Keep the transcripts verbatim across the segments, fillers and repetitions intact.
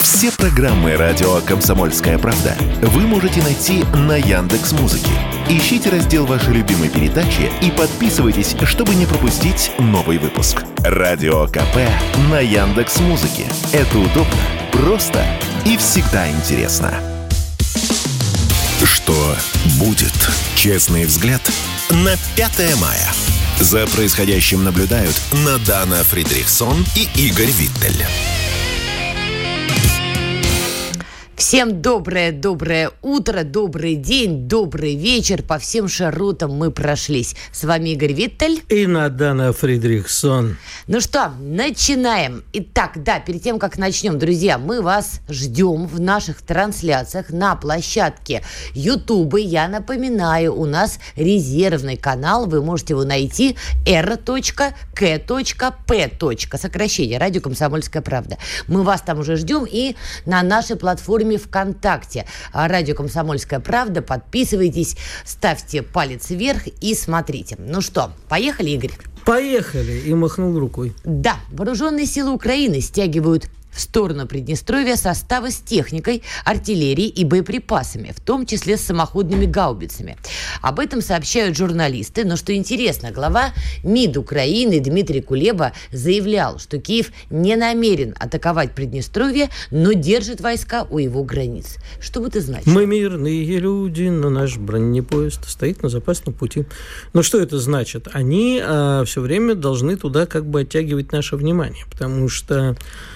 Все программы радио «Комсомольская правда» вы можете найти на Яндекс.Музыке. Ищите раздел вашей любимой передачи и подписывайтесь, чтобы не пропустить новый выпуск. Радио КП на Яндекс.Музыке. Это удобно, просто и всегда интересно. Что будет? Честный взгляд на пятое мая. За происходящим наблюдают Надана Фридрихсон и Игорь Виттель. Всем доброе-доброе утро, добрый день, добрый вечер. По всем широтам мы прошлись. С вами Игорь Виттель и Надана Фридрихсон. Ну что, начинаем. Итак, да, перед тем, как начнем, друзья, мы вас ждем в наших трансляциях на площадке Ютуба. Я напоминаю, у нас резервный канал. Вы можете его найти эр точка ка точка пэ. Сокращение. Радио «Комсомольская правда». Мы вас там уже ждем и на нашей платформе ВКонтакте. Радио «Комсомольская правда». Подписывайтесь, ставьте палец вверх и смотрите. Ну что, поехали, Игорь? Поехали! И махнул рукой. Да, вооруженные силы Украины стягивают в сторону Приднестровья составы с техникой, артиллерией и боеприпасами, в том числе с самоходными гаубицами. Об этом сообщают журналисты. Но что интересно, глава МИД Украины Дмитрий Кулеба заявлял, что Киев не намерен атаковать Приднестровье, но держит войска у его границ. Что бы это значило? Мы мирные люди, но наш бронепоезд стоит на запасном пути. Но что это значит? Они а, все время должны туда как бы оттягивать наше внимание, потому что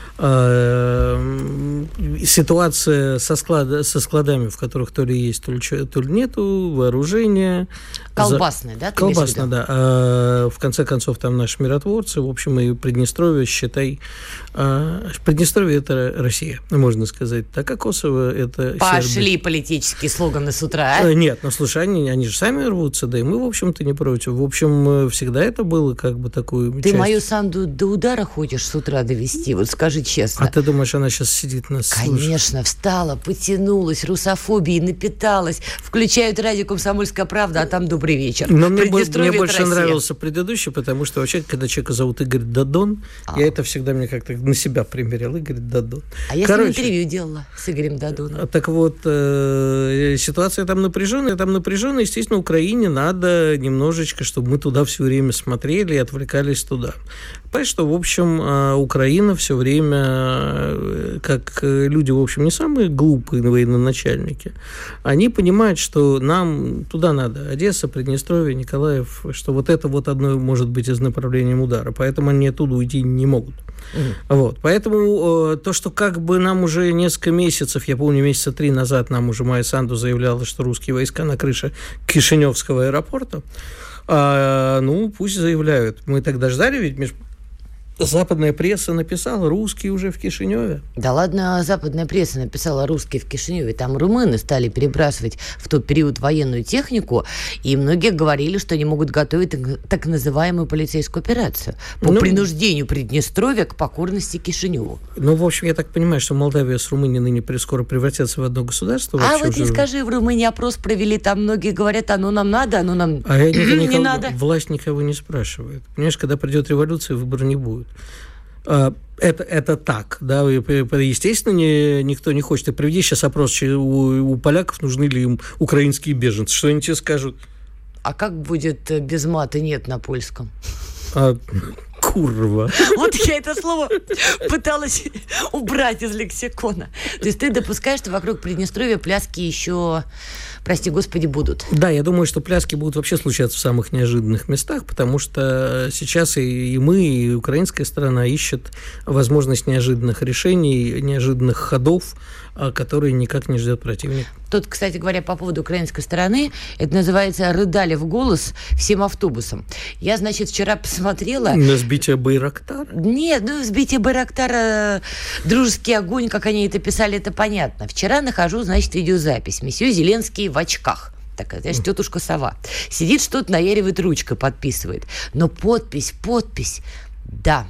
ситуация со, склада, со складами, в которых то ли есть, то ли, то ли нету, вооружение. Колбасное, да? Колбасное, да. А, в конце концов, там наши миротворцы. В общем, и Приднестровье, считай... А, Приднестровье – это Россия, можно сказать. Так, а Косово – это Пошли Сербия. Политические слоганы с утра, а? а? Нет, ну, слушай, они, они же сами рвутся, да и мы, в общем-то, не против. В общем, всегда это было как бы такую Ты часть. мою Санду до удара хочешь с утра довести? Вот скажи честно. А ты думаешь, она сейчас сидит нас слушает? Конечно, встала, потянулась, русофобией напиталась. Включают радио «Комсомольская правда», а там добрый вечер. Но мне, мне больше нравился предыдущий, потому что вообще, когда человека зовут Игорь Дадон, а. я это всегда мне как-то на себя примерял. Игорь Дадон. А я Короче, с ним интервью делала с Игорем Дадоном. Так вот, э, ситуация там напряженная. Там напряженная, естественно, Украине надо немножечко, чтобы мы туда все время смотрели и отвлекались туда. Понимаешь, что, в общем, Украина все время, как люди, в общем, не самые глупые военачальники, они понимают, что нам туда надо. Одесса, Приднестровье, Николаев, что вот это вот одно может быть из направления удара. Поэтому они оттуда уйти не могут. Mm. Вот. Поэтому то, что как бы нам уже несколько месяцев, я помню, месяца три назад нам уже Майя Санду заявляла, что русские войска на крыше Кишиневского аэропорта, а, ну, пусть заявляют. Мы тогда ждали, ведь между... Западная пресса написала, русские уже в Кишиневе. Да ладно, западная пресса написала, русские в Кишиневе. Там румыны стали перебрасывать в тот период военную технику, и многие говорили, что они могут готовить так называемую полицейскую операцию по ну, принуждению Приднестровья к покорности Кишиневу. Ну, в общем, я так понимаю, что Молдавия с Румынией ныне скоро превратятся в одно государство. А вот не скажи, в Румынии опрос провели, там многие говорят, оно нам надо, оно нам а не никого, надо. Власть никого не спрашивает. Понимаешь, когда придет революция, выбора не будет. Это, это так, да, естественно, не, никто не хочет. Ты проведи сейчас опрос у, у поляков, нужны ли им украинские беженцы, что они тебе скажут? А как будет без мата нет на польском? А, курва. Вот я это слово пыталась убрать из лексикона. То есть ты допускаешь, что вокруг Приднестровья пляски еще... Прости господи, будут. Да, я думаю, что пляски будут вообще случаться в самых неожиданных местах, потому что сейчас и, и мы, и украинская сторона ищет возможность неожиданных решений, неожиданных ходов, которые никак не ждет противник. Тут, кстати говоря, по поводу украинской стороны, это называется «рыдали в голос всем автобусом». Я, значит, вчера посмотрела... На сбитие Байрактара? Нет, ну, сбитие Байрактара, дружеский огонь, как они это писали, это понятно. Вчера нахожу, значит, видеозапись. Месье Зеленский в очках. Такая, знаешь, тетушка сова. Сидит, что-то наяривает ручкой, подписывает. Но подпись, подпись, да.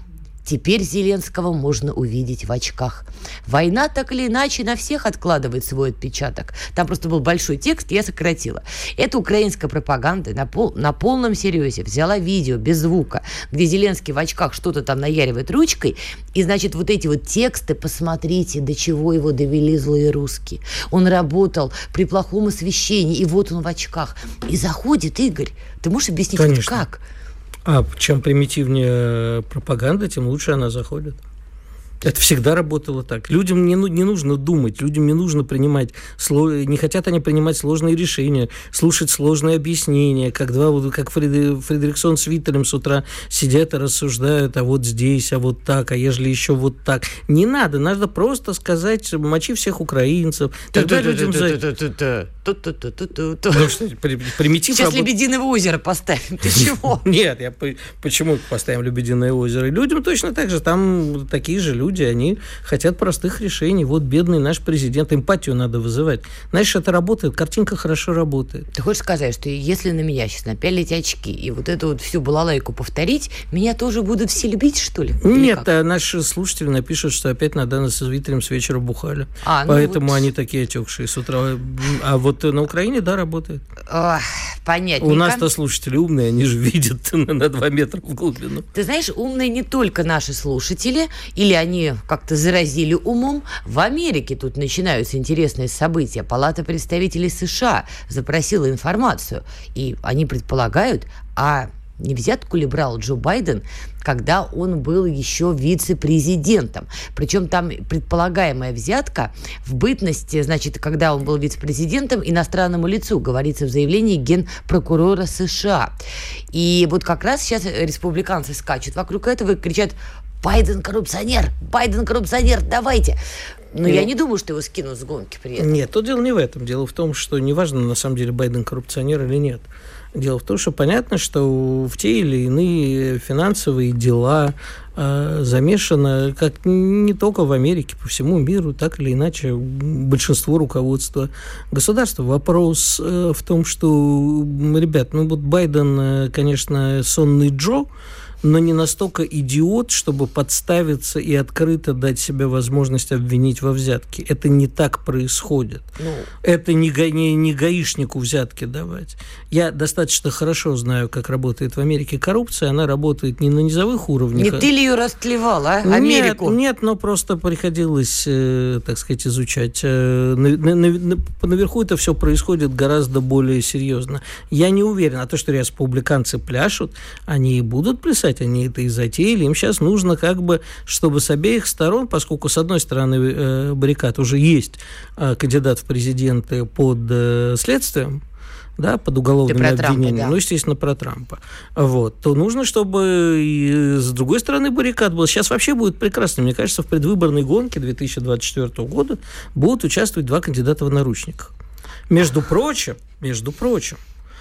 Теперь Зеленского можно увидеть в очках. Война так или иначе на всех откладывает свой отпечаток. Там просто был большой текст, я сократила. Это украинская пропаганда на, пол, на полном серьезе взяла видео без звука, где Зеленский в очках что-то там наяривает ручкой. И, значит, вот эти вот тексты, посмотрите, до чего его довели злые русские. Он работал при плохом освещении, и вот он в очках. И заходит, Игорь, ты можешь объяснить, Конечно. как? А чем примитивнее пропаганда, тем лучше она заходит. Это всегда работало так. Людям не, не нужно думать, людям не нужно принимать, не хотят они принимать сложные решения, слушать сложные объяснения, как, два, как Фредериксон с Виттелем с утра сидят и рассуждают, а вот здесь, а вот так, а ежели еще вот так. Не надо, надо просто сказать, мочи всех украинцев. Тогда людям... Примитив Сейчас Лебединое озеро поставим, ты чего? Нет, я почему поставим Лебединое озеро? Людям точно так же, там такие же люди, они хотят простых решений. Вот бедный наш президент, эмпатию надо вызывать. Знаешь, это работает, картинка хорошо работает. Ты хочешь сказать, что если на меня сейчас напялить очки и вот эту вот всю балалайку повторить, меня тоже будут все любить, что ли? Нет, а наши слушатели напишут, что опять надо нас с Виттелем с вечера бухали. А, ну поэтому вот... они такие отекшие с утра. А вот на Украине, да, работает. Ох, понятненько. У нас-то слушатели умные, они же видят на два метра в глубину. Ты знаешь, умные не только наши слушатели, или они как-то заразили умом. В Америке тут начинаются интересные события. Палата представителей США запросила информацию, и они предполагают, а не взятку ли брал Джо Байден, когда он был еще вице-президентом. Причем там предполагаемая взятка в бытности, значит, когда он был вице-президентом, иностранному лицу, говорится в заявлении генпрокурора США. И вот как раз сейчас республиканцы скачут вокруг этого и кричат: Байден коррупционер! Байден коррупционер! Давайте! Но ну, я не думаю, что его скинут с гонки при этом. Нет, тут дело не в этом. Дело в том, что неважно, на самом деле, Байден коррупционер или нет. Дело в том, что понятно, что в те или иные финансовые дела э, замешано, как не только в Америке, по всему миру, так или иначе, большинство руководства государства. Вопрос э, в том, что, ребят, ну вот Байден, э, конечно, сонный Джо, но не настолько идиот, чтобы подставиться и открыто дать себе возможность обвинить во взятке. Это не так происходит. Ну, это не, га, не, не гаишнику взятки давать. Я достаточно хорошо знаю, как работает в Америке коррупция. Она работает не на низовых уровнях. Не ты ли ее растлевал, а? Америку? Нет, нет, но просто приходилось, э, так сказать, изучать. Э, на, на, на, наверху это все происходит гораздо более серьезно. Я не уверен, а то, что республиканцы пляшут, они и будут плясать, они это и затеяли. Им сейчас нужно как бы, чтобы с обеих сторон, поскольку с одной стороны э, баррикад уже есть э, кандидат в президенты под э, следствием, да, под уголовными обвинениями, да. Ну, естественно, про Трампа, вот, то нужно, чтобы и с другой стороны баррикад был. Сейчас вообще будет прекрасно. Мне кажется, в предвыборной гонке две тысячи двадцать четвёртого года будут участвовать два кандидата в наручниках. Между прочим, между прочим,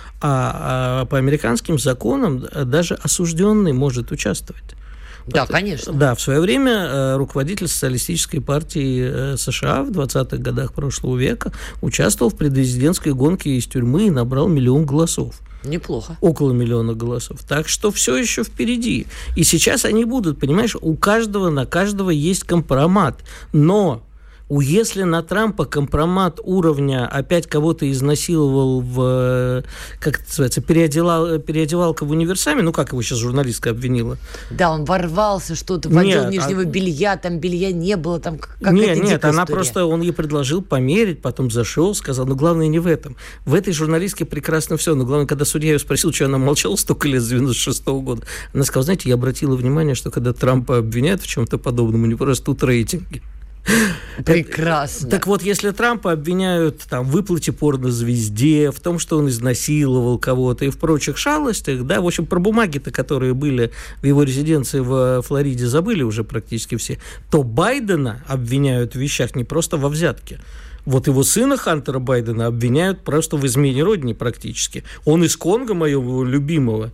А, а по американским законам даже осужденный может участвовать. Да, вот, конечно. Да, в свое время руководитель социалистической партии США в двадцатых годах прошлого века участвовал в предпрезидентской гонке из тюрьмы и набрал миллион голосов. Неплохо. Около миллиона голосов. Так что все еще впереди. И сейчас они будут, понимаешь, у каждого, на каждого есть компромат. Но если на Трампа компромат уровня опять кого-то изнасиловал в, как это называется, переодевал, переодевалка в универсаме, ну, как его сейчас журналистка обвинила? Да, он ворвался, что-то в отдел нижнего а... белья, там белья не было, там какая-то Нет, дикая нет, она история. просто, он ей предложил померить, потом зашел, сказал, ну, главное не в этом. В этой журналистке прекрасно все, но главное, когда судья ее спросил, что она молчала столько лет с девяносто шестого года, она сказала, знаете, я обратила внимание, что когда Трампа обвиняют в чем-то подобном, у него растут рейтинги. Прекрасно. Так вот, если Трампа обвиняют там, в выплате порнозвезде, в том, что он изнасиловал кого-то и в прочих шалостях, да, в общем, про бумаги-то, которые были в его резиденции в Флориде, забыли уже практически все, то Байдена обвиняют в вещах не просто во взятке. Вот его сына Хантера Байдена обвиняют просто в измене родине практически. Он из Конго, моего любимого,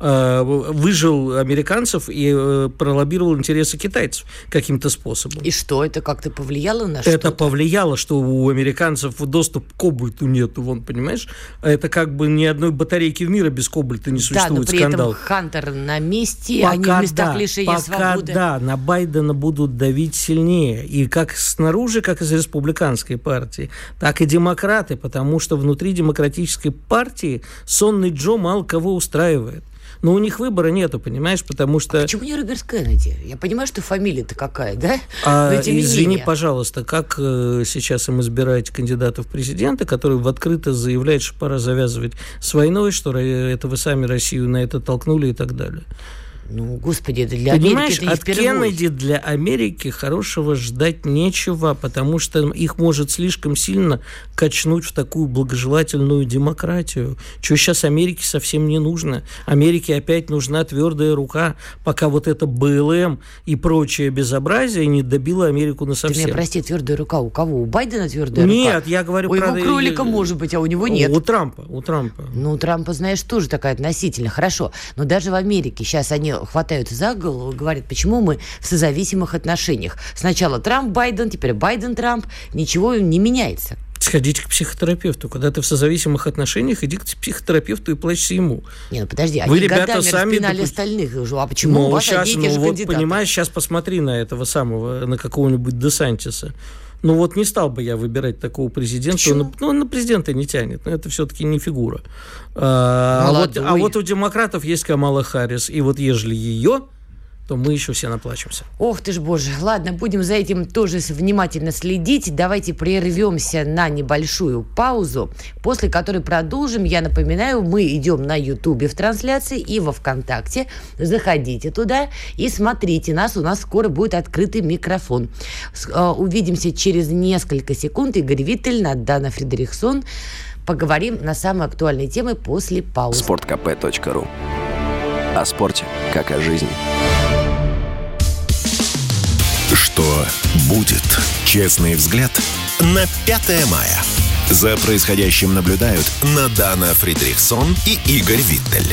выжил американцев и пролоббировал интересы китайцев каким-то способом. И что, это как-то повлияло на что-то? Это повлияло, что у американцев доступ к кобальту нету, вон, понимаешь? Это как бы ни одной батарейки в мире без кобальта не существует. Да, но при скандал. этом Хантер на месте, пока они в местах да, лишения пока свободы. Да, на Байдена будут давить сильнее. И как снаружи, как из республиканской партии, так и демократы, потому что внутри демократической партии сонный Джо мало кого устраивает. Но у них выбора нету, понимаешь, потому что... А почему не Роберт Кеннеди? Я понимаю, что фамилия-то какая, да? А, Но, тем не извини, менее. пожалуйста, как э, сейчас им избирать кандидатов в президенты, которые в открыто заявляют, что пора завязывать с войной, что это вы сами Россию на это толкнули и так далее? Ну, господи, это для Понимаешь, Америки это не от впервой. Кеннеди для Америки хорошего ждать нечего, потому что их может слишком сильно качнуть в такую благожелательную демократию, что сейчас Америке совсем не нужно. Америке опять нужна твердая рука, пока вот это БЛМ и прочее безобразие не добило Америку насовсем. Ты меня прости, твердая рука у кого? У Байдена твердая рука? Нет, я говорю у про... У его кролика может быть, а у него нет. У Трампа, у Трампа. Ну, у Трампа, знаешь, тоже такая относительно. Хорошо, но даже в Америке сейчас они хватаются за голову и говорят, почему мы в созависимых отношениях. Сначала Трамп-Байден, теперь Байден-Трамп. Ничего не меняется. Сходите к психотерапевту. Когда ты в созависимых отношениях, иди к психотерапевту и плачься ему. Не, ну подожди, Вы, они ребята, годами сами распинали допу... остальных. А почему ну, у вас сейчас, одни и те ну, же вот, кандидаты? понимаешь, сейчас посмотри на этого самого, на какого-нибудь Десантиса. Ну вот не стал бы я выбирать такого президента. Почему? Он, ну, он на президента не тянет, но это все-таки не фигура. А, а, вот, а вот у демократов есть Камала Харрис, и вот ежели ее, то мы еще все наплачемся. Ох ты ж, боже. Ладно, будем за этим тоже внимательно следить. Давайте прервемся на небольшую паузу, после которой продолжим. Я напоминаю, мы идем на Ютубе в трансляции и во Вконтакте. Заходите туда и смотрите нас. У нас скоро будет открытый микрофон. Увидимся через несколько секунд. Игорь Виттель, Надана Фридрихсон. Поговорим на самые актуальные темы после паузы. спорт кей пи точка ру. О спорте, как о жизни. Что будет? Честный взгляд на пятое мая. За происходящим наблюдают Надана Фридрихсон и Игорь Виттель.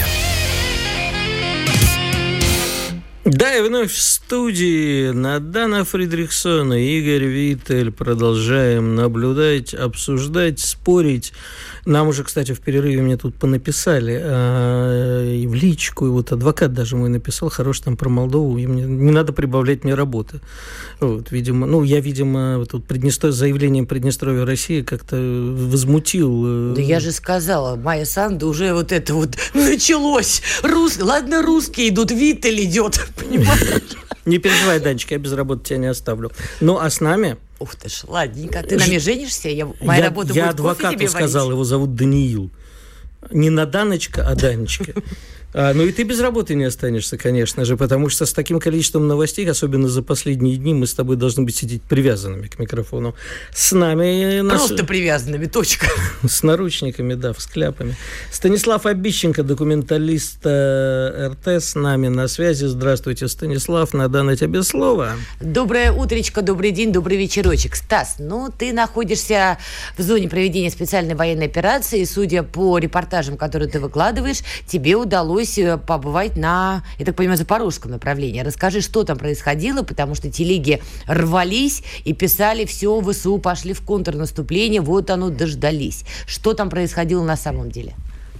Да, и вновь в студии Надана Фридрихсон и Игорь Виттель. Продолжаем наблюдать, обсуждать, спорить. Нам уже, кстати, в перерыве мне тут понаписали э, и в личку, и вот адвокат даже мой написал, хорош там про Молдову, и мне не надо прибавлять мне работы. Вот, видимо, ну, я, видимо, тут Приднестровье, заявлением Приднестровья России как-то возмутил. Э... Да я же сказала, Майя Санду уже вот это вот началось. Рус... Ладно, русские идут, Виттель идет, понимаешь? Не переживай, Данечка, я без работы тебя не оставлю. Ну, а с нами... Ух ты ж, ладненько. Ты на мне женишься? Я, моя я, работа я будет адвокату кофе тебе сказал, варить. Его зовут Даниил. Не Наданочка, а Данечка. А, ну и ты без работы не останешься, конечно же, потому что с таким количеством новостей, особенно за последние дни, мы с тобой должны быть сидеть привязанными к микрофону. С нами... Просто наш... привязанными, точка. С наручниками, да, с кляпами. Станислав Обищенко, документалист эр тэ, с нами на связи. Здравствуйте, Станислав. Надана, тебе слово. Доброе утречко, добрый день, добрый вечерочек. Стас, ну ты находишься в зоне проведения специальной военной операции. Судя по репортажам, которые ты выкладываешь, тебе удалось побывать на, я так понимаю, запорожском направлении. Расскажи, что там происходило, потому что телеги рвались и писали, все, ВСУ пошли в контрнаступление, вот оно, дождались. Что там происходило на самом деле?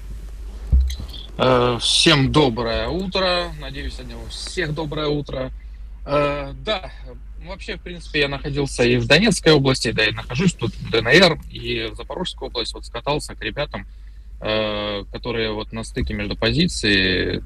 Всем доброе утро. Надеюсь, сегодня у всех доброе утро. Да, вообще, в принципе, я находился и в Донецкой области, да, и нахожусь тут в дэ эн эр, и в Запорожской области, вот скатался к ребятам, которые вот на стыке между позицией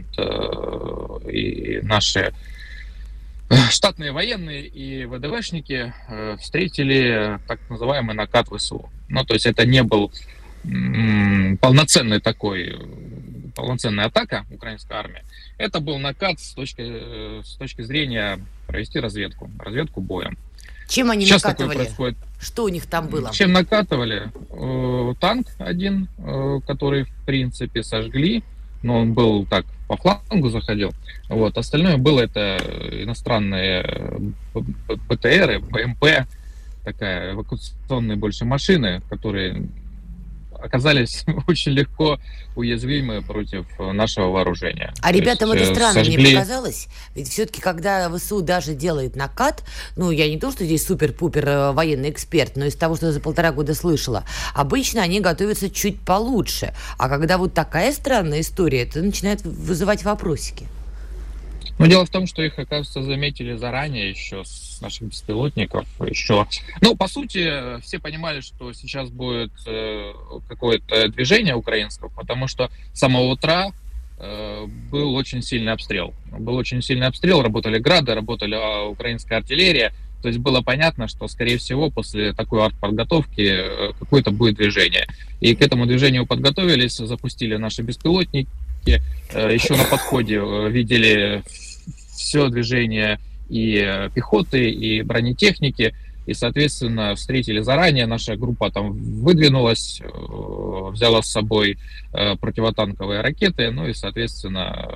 и наши штатные военные и вэ дэ вэ-шники встретили так называемый накат ВСУ. Ну, то есть это не был полноценный такой, полноценная атака украинской армии. Это был накат с точки, с точки зрения провести разведку, разведку боем. Чем они Сейчас накатывали? Что у них там было? Чем накатывали? Э, танк один, э, который, в принципе, сожгли, но он был так, по флангу заходил. Вот. Остальное было это иностранные бэ тэ эры, бэ эм пэ, такая эвакуационные больше машины, которые оказались очень легко уязвимы против нашего вооружения. А То ребятам есть, это странно сожгли... не показалось? Ведь все-таки, когда ВСУ даже делает накат, ну, я не то, что здесь супер-пупер военный эксперт, но из того, что я за полтора года слышала, обычно они готовятся чуть получше. А когда вот такая странная история, это начинает вызывать вопросики. Но дело в том, что их, оказывается, заметили заранее еще с наших беспилотников. Еще. Ну, по сути, все понимали, что сейчас будет э, какое-то движение украинского, потому что с самого утра э, был очень сильный обстрел. Был очень сильный обстрел, работали грады, работали а, украинская артиллерия. То есть было понятно, что, скорее всего, после такой артподготовки э, какое-то будет движение. И к этому движению подготовились, запустили наши беспилотники. Еще на подходе видели все движение и пехоты, и бронетехники, и, соответственно, встретили заранее. Наша группа там выдвинулась, взяла с собой противотанковые ракеты, ну и, соответственно,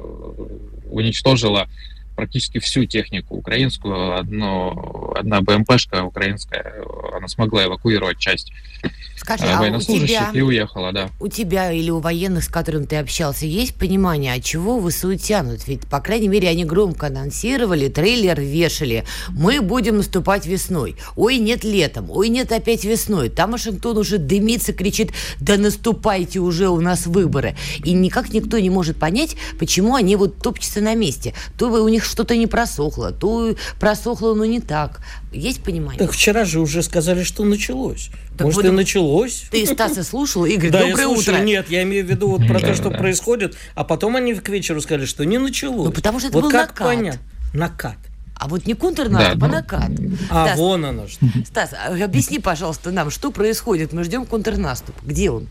уничтожила практически всю технику украинскую. Одно, одна БМПшка украинская, она смогла эвакуировать часть Скажи, военнослужащих а у тебя, и уехала, да. У тебя или у военных, с которыми ты общался, есть понимание, от чего ВСУ тянут? Ведь, по крайней мере, они громко анонсировали, трейлер вешали. Мы будем наступать весной. Ой, нет, летом. Ой, нет, опять весной. Там Вашингтон уже дымится, кричит, да наступайте уже, у нас выборы. И никак никто не может понять, почему они вот топчутся на месте. То у них что-то не просохло, то просохло, но не так. Есть понимание? Так вчера же уже сказали, что началось. Так Может, вот, и началось? Ты Стаса слушал, Игорь? Да, Доброе я слушаю. утро. Нет, я имею в виду вот про то, что происходит, а потом они к вечеру сказали, что не началось. Ну, потому что это вот был как накат. понять? Накат. А вот не контрнаступ, Да, а ну, накат. А Стас, вон оно что. Стас, объясни, пожалуйста, нам, что происходит? Мы ждем контрнаступ. Где он?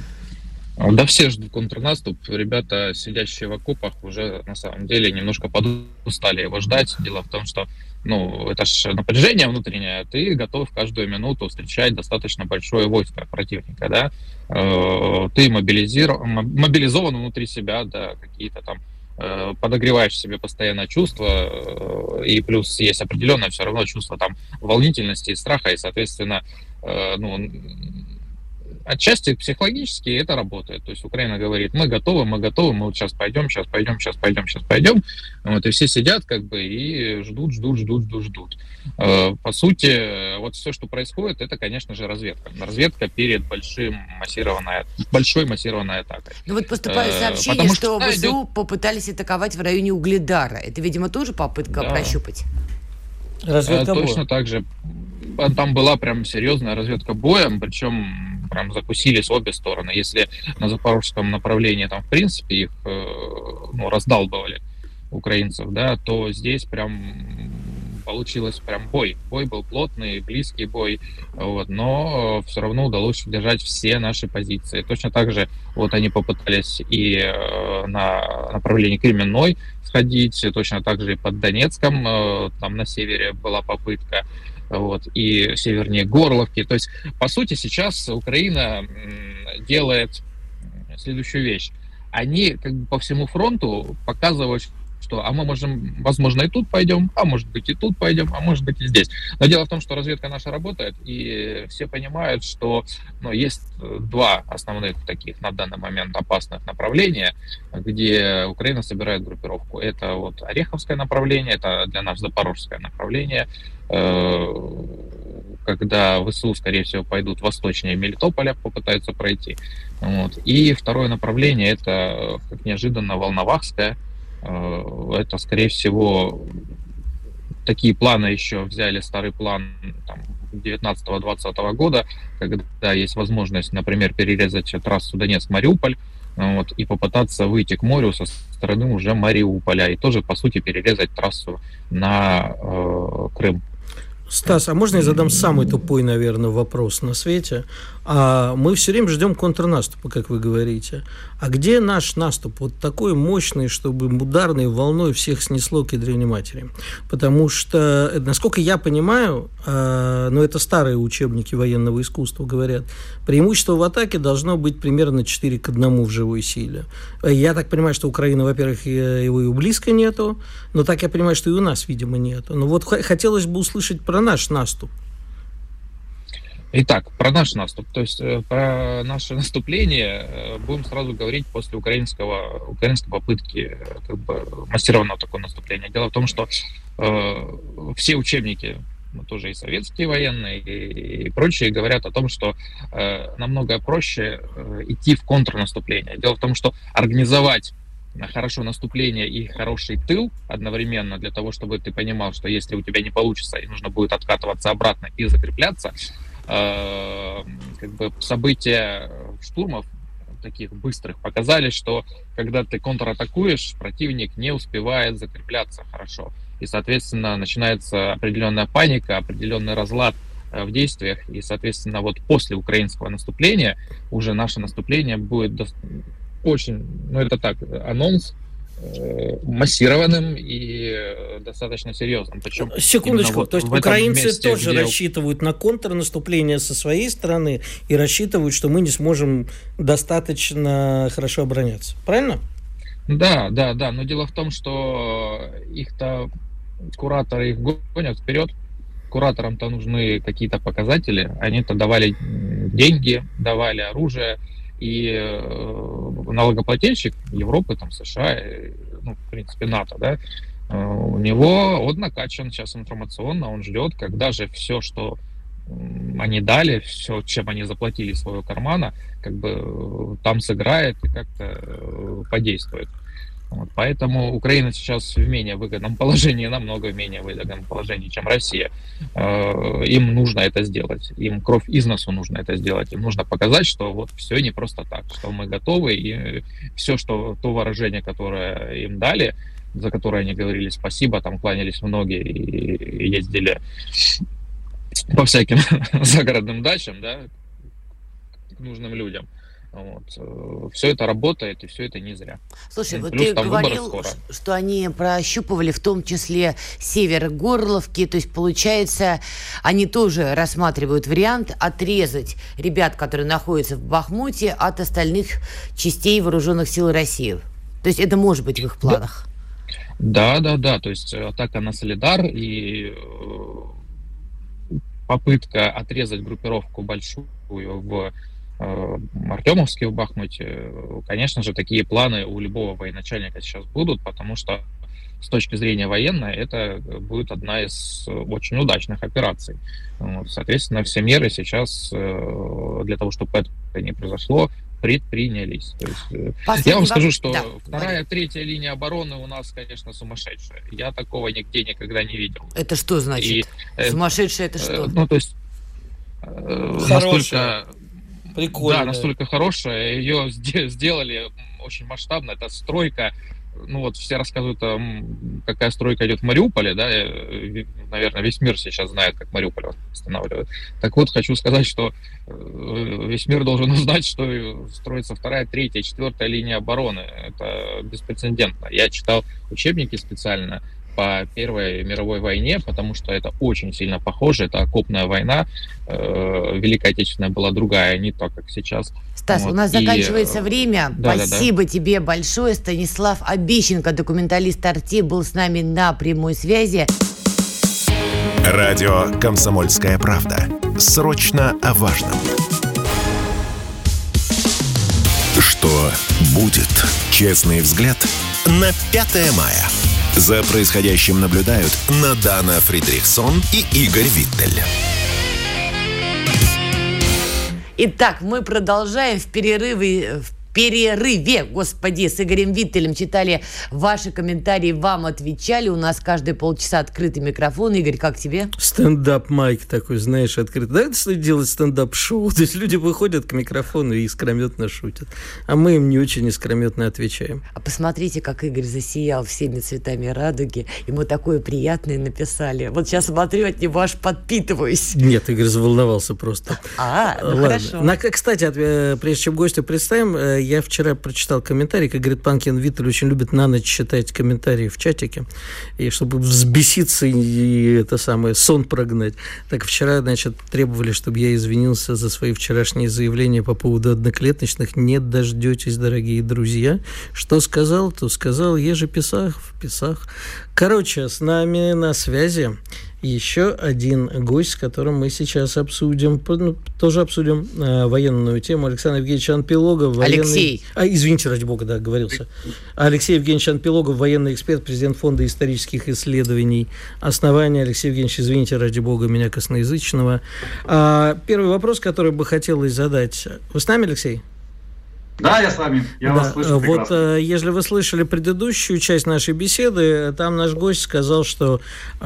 Да все ждут контрнаступ. Ребята, сидящие в окопах, уже на самом деле немножко подустали его ждать. Дело в том, что ну, это же напряжение внутреннее. Ты готов каждую минуту встречать достаточно большое войско противника, да? Ты мобилизирован, мобилизован внутри себя, да, какие-то там подогреваешь себе постоянно чувства, и плюс есть определенное все равно чувство там волнительности и страха, и, соответственно, ну, отчасти психологически это работает. То есть Украина говорит, мы готовы, мы готовы, мы вот сейчас пойдем, сейчас пойдем, сейчас пойдем, сейчас пойдем. Вот, и все сидят как бы и ждут, ждут, ждут, ждут, ждут. По сути, вот все, что происходит, это, конечно же, разведка. Разведка перед большим массированной, большой массированной атакой. Ну вот поступают сообщения, Потому что, что ВСУ идет... попытались атаковать в районе Угледара. Это, видимо, тоже попытка да. прощупать? Разведка боя. Точно так же. Там была прям серьезная разведка боем, причем прям закусили с обе стороны. Если на запорожском направлении там, в принципе, их ну, раздалбывали украинцев, да, то здесь прям получилось прям бой. Бой был плотный, близкий бой, вот, но все равно удалось удержать все наши позиции. Точно так же вот они попытались и на направлении Кременной сходить, точно так же и под Донецком, там на севере была попытка. Вот, и севернее Горловки. То есть, по сути, сейчас Украина делает следующую вещь. Они как бы по всему фронту показывают, что а мы можем, возможно, и тут пойдем, а может быть, и тут пойдем, а может быть, и здесь. Но дело в том, что разведка наша работает, и все понимают, что ну, есть два основных таких на данный момент опасных направления, где Украина собирает группировку. Это вот Ореховское направление, это для нас Запорожское направление, когда ВСУ, скорее всего, пойдут восточнее Мелитополя, попытаются пройти. Вот. И второе направление, это, как неожиданно, Волновахское. Это, скорее всего, такие планы еще взяли, старый план там, девятнадцатого-двадцатого года, когда есть возможность, например, перерезать трассу Донецк-Мариуполь, вот, и попытаться выйти к морю со стороны уже Мариуполя, и тоже, по сути, перерезать трассу на э, Крым. Стас, а можно я задам самый тупой, наверное, вопрос на свете? А мы все время ждем контрнаступа, как вы говорите. А где наш наступ? Вот такой мощный, чтобы ударной волной всех снесло к ядрёне матери. Потому что, насколько я понимаю, э, ну это старые учебники военного искусства говорят, преимущество в атаке должно быть примерно четыре к одному в живой силе. Я так понимаю, что Украина, во-первых, его и близко нету, но так я понимаю, что и у нас, видимо, нету. Но вот хотелось бы услышать про наш наступ. Итак, про наш наступ. То есть про наше наступление будем сразу говорить после украинского, украинской попытки как бы массированного такого наступления. Дело в том, что э, все учебники, ну, тоже и советские военные, и, и прочие, говорят о том, что э, намного проще э, идти в контрнаступление. Дело в том, что организовать хорошо наступление и хороший тыл одновременно для того, чтобы ты понимал, что если у тебя не получится и нужно будет откатываться обратно и закрепляться, э, как бы события штурмов таких быстрых показали, что когда ты контратакуешь, противник не успевает закрепляться хорошо. И, соответственно, начинается определенная паника, определенный разлад в действиях. И, соответственно, вот после украинского наступления уже наше наступление будет до... очень, ну это так, анонс, э, массированным и достаточно серьезным. Причем секундочку, вот то есть украинцы месте, тоже где... рассчитывают на контрнаступление со своей стороны и рассчитывают, что мы не сможем достаточно хорошо обороняться. Правильно? Да, да, да. Но дело в том, что их-то кураторы их гонят вперед. Кураторам-то нужны какие-то показатели. Они-то давали деньги, давали оружие. И налогоплательщик Европы, там, США, ну, в принципе, НАТО, да, у него он накачан сейчас информационно, он ждет, когда же все, что они дали, все, чем они заплатили из своего кармана, как бы там сыграет и как-то подействует. Вот, поэтому Украина сейчас в менее выгодном положении, намного в менее выгодном положении, чем Россия. Им нужно это сделать, им кровь из носу нужно это сделать, им нужно показать, что вот все не просто так, что мы готовы, и все, что то выражение, которое им дали, за которое они говорили спасибо, там кланялись многие и ездили по всяким загородным дачам, да, к нужным людям. Вот. Все это работает, и все это не зря. Слушай, вот плюс ты говорил, что они прощупывали в том числе север Горловки, то есть, получается, они тоже рассматривают вариант отрезать ребят, которые находятся в Бахмуте, от остальных частей вооруженных сил России. То есть это может быть в их планах? Да, да, да, то есть атака на Солидар и попытка отрезать группировку большую в Артемовске в Бахмуте, конечно же, такие планы у любого военачальника сейчас будут, потому что с точки зрения военной это будет одна из очень удачных операций. Соответственно, все меры сейчас для того, чтобы это не произошло, предпринялись. То есть, я вам скажу, что да, вторая, говори. третья линия обороны у нас, конечно, сумасшедшая. Я такого нигде никогда не видел. Это что значит? И, сумасшедшая это что? Ну, то есть настолько... Прикольно. Да, настолько хорошая. Ее сделали очень масштабно. Это стройка. Ну вот все рассказывают, какая стройка идет в Мариуполе, да, наверное, весь мир сейчас знает, как Мариуполь восстанавливают. Так вот, хочу сказать, что весь мир должен узнать, что строится вторая, третья, четвертая линия обороны. Это беспрецедентно. Я читал учебники специально по Первой мировой войне, потому что это очень сильно похоже, это окопная война, э, Великая Отечественная была другая, не так, как сейчас. Стас, вот. У нас и... заканчивается время, да, спасибо да, да. тебе большое, Станислав Обещенко, документалист Арти, был с нами на прямой связи. Радио «Комсомольская правда». Срочно о важном. Что будет? Честный взгляд на пятое мая. За происходящим наблюдают Надана Фридрихсон и Игорь Виттель. Итак, мы продолжаем в перерыве... В перерыве, господи, с Игорем Виттелем читали ваши комментарии, вам отвечали. У нас каждые полчаса открытый микрофон. Игорь, как тебе? Стендап-майк такой, знаешь, открытый. Да, это делать стендап-шоу. То есть люди выходят к микрофону и искрометно шутят. А мы им не очень искрометно отвечаем. А посмотрите, как Игорь засиял всеми цветами радуги. Ему такое приятное написали. Вот сейчас смотрю, от него аж подпитываюсь. Нет, Игорь заволновался просто. А, ну хорошо. На, кстати, прежде чем гостя представим, я вчера прочитал комментарий, как говорит Панкин, Виттель очень любит на ночь читать комментарии в чатике, и чтобы взбеситься и это самое, сон прогнать. Так вчера, значит, требовали, чтобы я извинился за свои вчерашние заявления по поводу одноклеточных. Не дождетесь, дорогие друзья. Что сказал, то сказал. Ежи Писах в Писах. Короче, с нами на связи еще один гость, с которым мы сейчас обсудим, тоже обсудим э, военную тему. Александр Евгеньевич Анпилогов. Военный... Алексей. А, извините, ради бога, да, оговорился. Алексей Евгеньевич Анпилогов, военный эксперт, президент Фонда исторических исследований «Основания». Алексей Евгеньевич, извините, ради бога, меня косноязычного. А, первый вопрос, который бы хотелось задать. Вы с нами, Алексей? Да, я с вами. Я да, вас слышу прекрасно. Вот, если вы слышали предыдущую часть нашей беседы, там наш гость сказал, что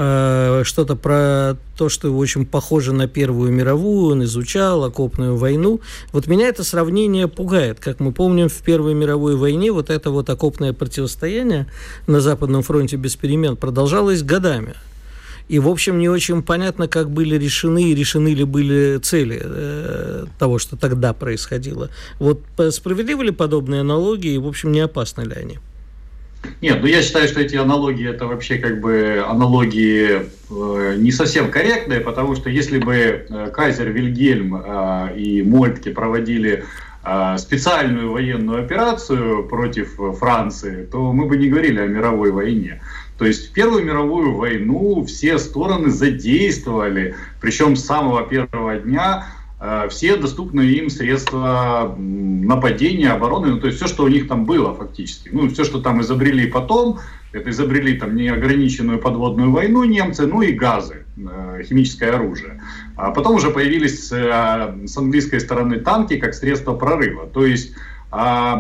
э, что-то про то, что очень похоже на Первую мировую, он изучал окопную войну. Вот меня это сравнение пугает. Как мы помним, в Первой мировой войне вот это вот окопное противостояние на Западном фронте без перемен продолжалось годами. И, в общем, не очень понятно, как были решены и решены ли были цели э, того, что тогда происходило. Вот справедливы ли подобные аналогии и, в общем, не опасны ли они? Нет, ну я считаю, что эти аналогии, это вообще как бы аналогии э, не совсем корректные, потому что если бы э, кайзер Вильгельм э, и Мольтке проводили э, специальную военную операцию против Франции, то мы бы не говорили о мировой войне. То есть в Первую мировую войну все стороны задействовали, причем с самого первого дня, э, все доступные им средства нападения, обороны, ну то есть все, что у них там было фактически. Ну все, что там изобрели потом, это изобрели там неограниченную подводную войну немцы, ну и газы, э, химическое оружие. А потом уже появились э, с английской стороны танки как средство прорыва. То есть э,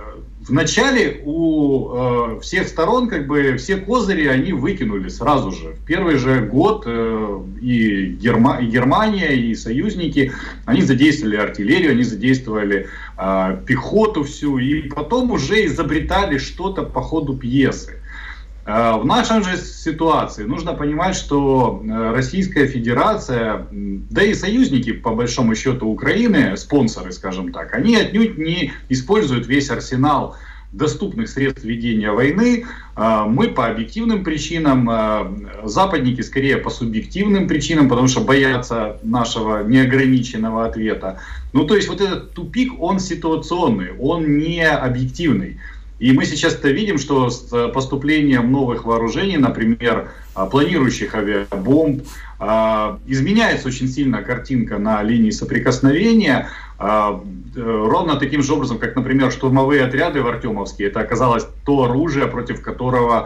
в начале у э, всех сторон как бы все козыри они выкинули сразу же. В первый же год э, и, Герма, и Германия, и союзники, они задействовали артиллерию, они задействовали э, пехоту всю, и потом уже изобретали что-то по ходу пьесы. Э, в нашей же ситуации нужно понимать, что Российская Федерация, да и союзники, по большому счету Украины, спонсоры, скажем так, они отнюдь не используют весь арсенал доступных средств ведения войны. Мы по объективным причинам, западники скорее по субъективным причинам, потому что боятся нашего неограниченного ответа. Ну то есть вот этот тупик, он ситуационный, он не объективный. И мы сейчас это видим, что с поступлением новых вооружений, например, планирующих авиабомб, изменяется очень сильно картинка на линии соприкосновения. Ровно таким же образом, как, например, штурмовые отряды в Артемовске. Это оказалось то оружие, против которого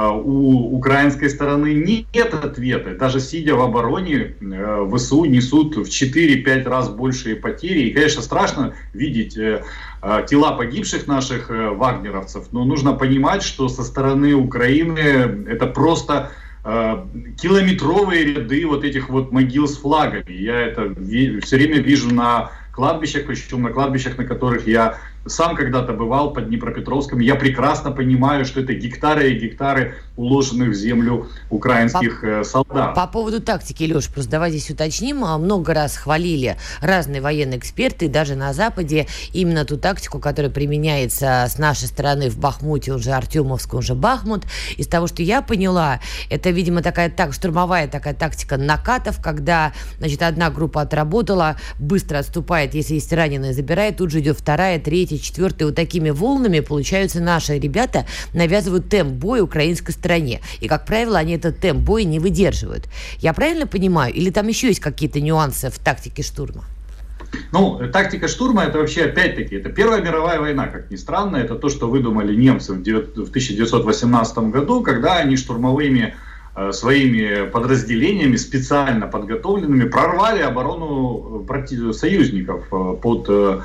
у украинской стороны нет ответа. Даже сидя в обороне, ВСУ несут в четыре-пять раз большие потери. И, конечно, страшно видеть тела погибших наших вагнеровцев. Но нужно понимать, что со стороны Украины это просто километровые ряды вот этих вот могил с флагами. Я это все время вижу на кладбищах, причем на кладбищах, на которых я сам когда-то бывал под Днепропетровском. Я прекрасно понимаю, что это гектары и гектары уложенных в землю украинских по, солдат. По поводу тактики, Леш, просто давай здесь уточним. Много раз хвалили разные военные эксперты, даже на Западе, именно ту тактику, которая применяется с нашей стороны в Бахмуте, он же Артемовск, он же Бахмут. Из того, что я поняла, это, видимо, такая так, штурмовая такая тактика накатов, когда, значит, одна группа отработала, быстро отступает, если есть раненые, забирает, тут же идет вторая, третья, четвертая. Вот такими волнами, получаются, наши ребята навязывают темп боя украинской стороне. И, как правило, они этот темп боя не выдерживают. Я правильно понимаю? Или там еще есть какие-то нюансы в тактике штурма? Ну, тактика штурма, это вообще, опять-таки, это Первая мировая война, как ни странно. Это то, что выдумали немцы в тысяча девятьсот восемнадцатом году, когда они штурмовыми э, своими подразделениями, специально подготовленными, прорвали оборону против союзников э, под... Э,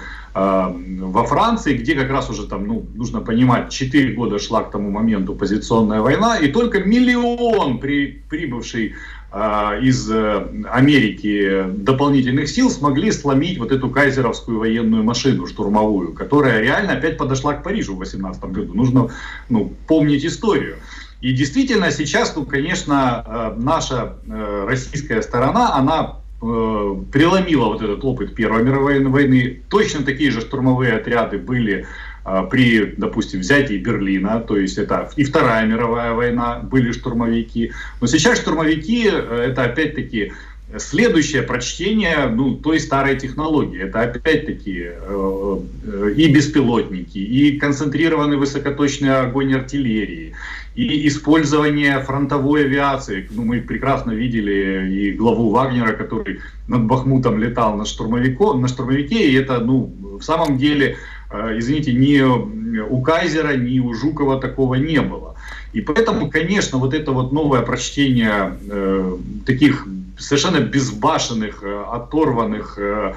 во Франции, где как раз уже там, ну, нужно понимать, четыре года шла к тому моменту позиционная война, и только миллион при, прибывший э, из Америки дополнительных сил смогли сломить вот эту кайзеровскую военную машину штурмовую, которая реально опять подошла к Парижу в восемнадцатом году. Нужно, ну, помнить историю. И действительно сейчас, ну, конечно, наша российская сторона, она преломила вот этот опыт Первой мировой войны. Точно такие же штурмовые отряды были э, при, допустим, взятии Берлина, то есть это и Вторая мировая война, были штурмовики. Но сейчас штурмовики, э, это опять-таки следующее прочтение, ну, той старой технологии. Это опять-таки э, э, и беспилотники, и концентрированный высокоточный огонь артиллерии, и использование фронтовой авиации. Ну, мы прекрасно видели и главу Вагнера, который над Бахмутом летал на, штурмовико, на штурмовике, и это, ну, в самом деле, э, извините, ни у Кайзера, ни у Жукова такого не было. И поэтому, конечно, вот это вот новое прочтение э, таких совершенно безбашенных, оторванных,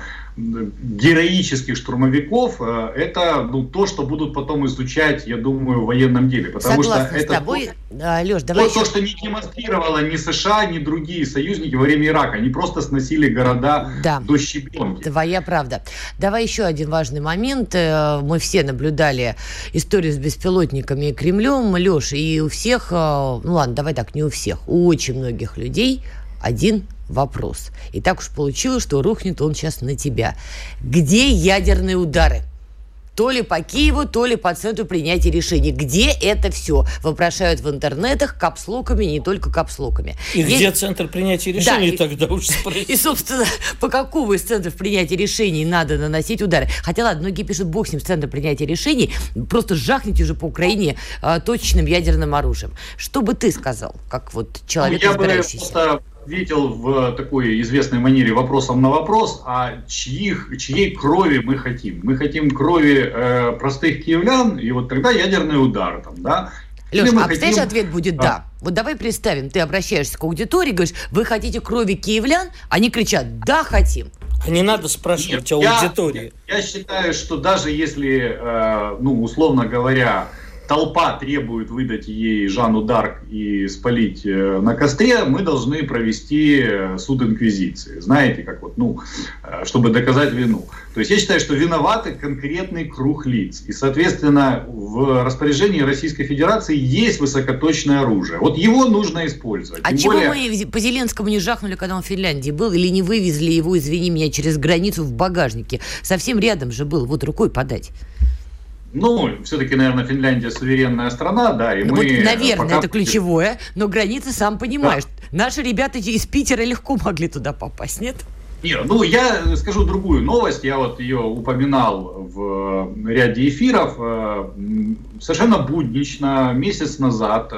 героических штурмовиков, это, ну, то, что будут потом изучать, я думаю, в военном деле. Потому Согласна что это с тобой. То, а, Леш, давай то, еще... то, что не демонстрировало ни США, ни другие союзники во время Ирака. Они просто сносили города да. до щебенки. Твоя правда. Давай еще один важный момент. Мы все наблюдали историю с беспилотниками и Кремлем. Леш, и у всех, ну ладно, давай так, не у всех, у очень многих людей один вопрос. И так уж получилось, что рухнет он сейчас на тебя. Где ядерные удары? То ли по Киеву, то ли по центру принятия решений. Где это все? Вопрошают в интернетах капслоками, не только капслоками. И Есть... где центр принятия решений, да, тогда и... уж спросить. И, собственно, по какому из центров принятия решений надо наносить удары? Хотя, ладно, многие пишут, бог с ним, центр принятия решений. Просто жахните уже по Украине а, точечным ядерным оружием. Что бы ты сказал, как вот человек, ну, разбирающийся? Просто... ответил в такой известной манере вопросом на вопрос, а чьих, чьей крови мы хотим? Мы хотим крови э, простых киевлян, и вот тогда ядерный удар там, да? Леш, а хотим... представляешь, ответ будет а. «да». Вот давай представим, ты обращаешься к аудитории, говоришь, вы хотите крови киевлян? Они кричат «да, хотим». А не надо спрашивать Нет, аудитории. Я, я считаю, что даже если, э, ну, условно говоря, толпа требует выдать ей Жанну Дарк и спалить на костре, мы должны провести суд инквизиции. Знаете, как вот, ну, чтобы доказать вину. То есть я считаю, что виноваты конкретный круг лиц. И, соответственно, в распоряжении Российской Федерации есть высокоточное оружие. Вот его нужно использовать. А Тем чего более... мы по Зеленскому не жахнули, когда он в Финляндии был? Или не вывезли его, извини меня, через границу в багажнике? Совсем рядом же был, вот рукой подать. Ну, все-таки, наверное, Финляндия суверенная страна, да, и ну, мы... Вот, наверное, пока... это ключевое, но границы, сам понимаешь, да. Наши ребята из Питера легко могли туда попасть, нет? Нет, ну, я скажу другую новость, я вот ее упоминал в ряде эфиров. Совершенно буднично, месяц назад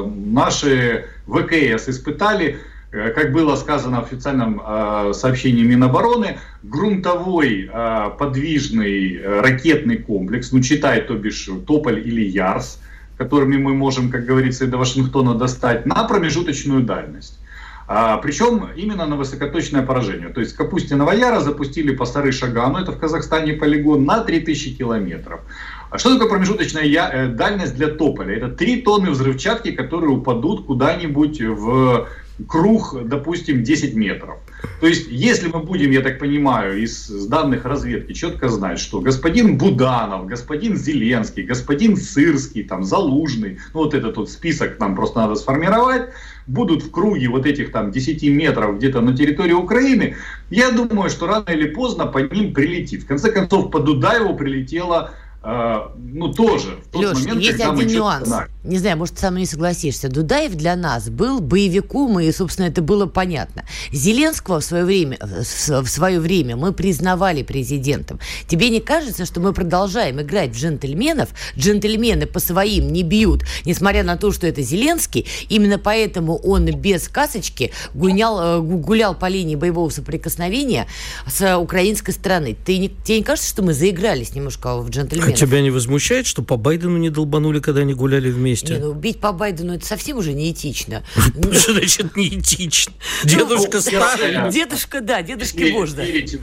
наши ВКС испытали, как было сказано в официальном э, сообщении Минобороны, грунтовой э, подвижный э, ракетный комплекс, ну читай, то бишь Тополь или Ярс, которыми мы можем, как говорится, и до Вашингтона достать, на промежуточную дальность. А, причем именно на высокоточное поражение. То есть в Капусте Новояра запустили по Сары Шагану, это в Казахстане полигон, на три тысячи километров. А что такое промежуточная я, э, дальность для Тополя? Это три тонны взрывчатки, которые упадут куда-нибудь в... круг, допустим, десять метров. То есть, если мы будем, я так понимаю, из данных разведки четко знать, что господин Буданов, господин Зеленский, господин Сырский, там, Залужный, ну вот этот вот список нам просто надо сформировать, будут в круге вот этих там десяти метров где-то на территории Украины, я думаю, что рано или поздно по ним прилетит. В конце концов, по Дудаеву прилетело ну, тоже. В тот Леш, момент, есть один нюанс. Знали. Не знаю, может, ты со мной не согласишься. Дудаев для нас был боевиком, и, собственно, это было понятно. Зеленского в свое время, в свое время мы признавали президентом. Тебе не кажется, что мы продолжаем играть в джентльменов? Джентльмены по своим не бьют, несмотря на то, что это Зеленский. Именно поэтому он без касочки гулял, гулял по линии боевого соприкосновения с украинской стороны. Ты не, тебе не кажется, что мы заигрались немножко в джентльменов? А тебя не возмущает, что по Байдену не долбанули, когда они гуляли вместе? Не, ну бить по Байдену это совсем уже неэтично. Что значит неэтично? Дедушка старый. Дедушка, да, дедушке можно.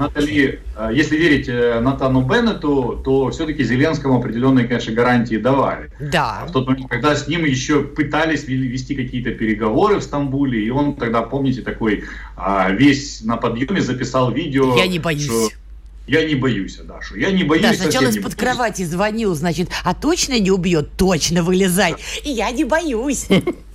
Если верить Натану Беннету, то все-таки Зеленскому определенные, конечно, гарантии давали. Да. В тот момент, когда с ним еще пытались вести какие-то переговоры в Стамбуле, и он тогда, помните, такой весь на подъеме записал видео. Я не боюсь. Я не боюсь, Даша. Я не боюсь. Да, сначала из-под кровати звонил, значит, а точно не убьет? Точно вылезай. И я не боюсь.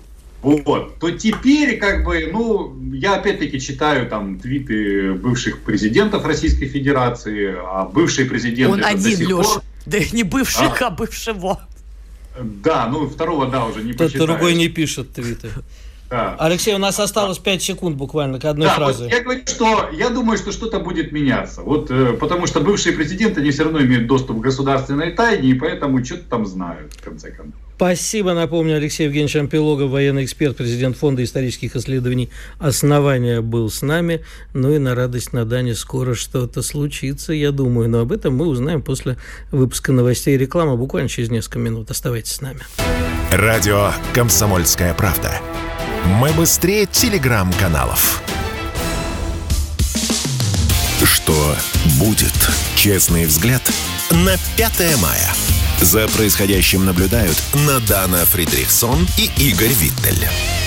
Вот. То теперь, как бы, ну, я опять-таки читаю там твиты бывших президентов Российской Федерации, а бывший президент... Он один, Леш. Пор... Да не бывших, а, а бывшего. Да, ну, второго, да, уже не почитаешь. Другой не пишет твиты. Да. Алексей, у нас осталось пять секунд буквально к одной да, фразе. Вот я говорю, что я думаю, что что-то будет меняться. Вот, э, потому что бывшие президенты, они все равно имеют доступ к государственной тайне, и поэтому что-то там знают, в конце концов. Спасибо. Напомню, Алексей Евгеньевич Ампилогов, военный эксперт, президент Фонда исторических исследований «Основания» был с нами. Ну и на радость на Дане скоро что-то случится, я думаю. Но об этом мы узнаем после выпуска новостей и рекламы буквально через несколько минут. Оставайтесь с нами. Радио «Комсомольская правда». Мы быстрее телеграм-каналов. Что будет? Честный взгляд на пятое мая. За происходящим наблюдают Надана Фридрихсон и Игорь Виттель.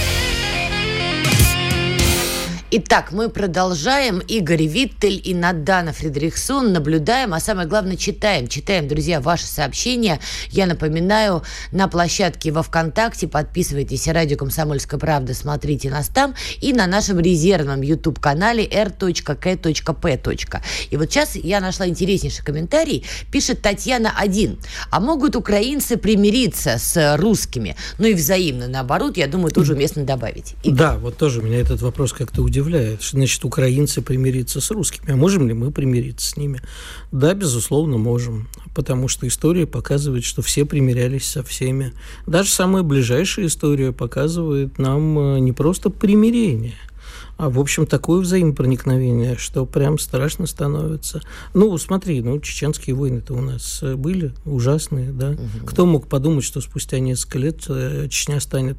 Итак, мы продолжаем. Игорь Виттель и Надана Фридрихсон наблюдаем, а самое главное читаем. Читаем, друзья, ваши сообщения. Я напоминаю, на площадке во ВКонтакте подписывайтесь «Радио Комсомольская правда», смотрите нас там, и на нашем резервном YouTube-канале эр точка кей точка пи. И вот сейчас я нашла интереснейший комментарий. Пишет Татьяна один. А могут украинцы примириться с русскими? Ну и взаимно, наоборот, я думаю, тоже уместно добавить. Игорь. Да, вот тоже меня этот вопрос как-то удивляет. Значит, украинцы примириться с русскими. А можем ли мы примириться с ними? Да, безусловно, можем. Потому что история показывает, что все примирялись со всеми. Даже самая ближайшая история показывает нам не просто примирение, а, в общем, такое взаимопроникновение, что прям страшно становится. Ну, смотри, ну, чеченские войны-то у нас были ужасные, да? Угу. Кто мог подумать, что спустя несколько лет Чечня станет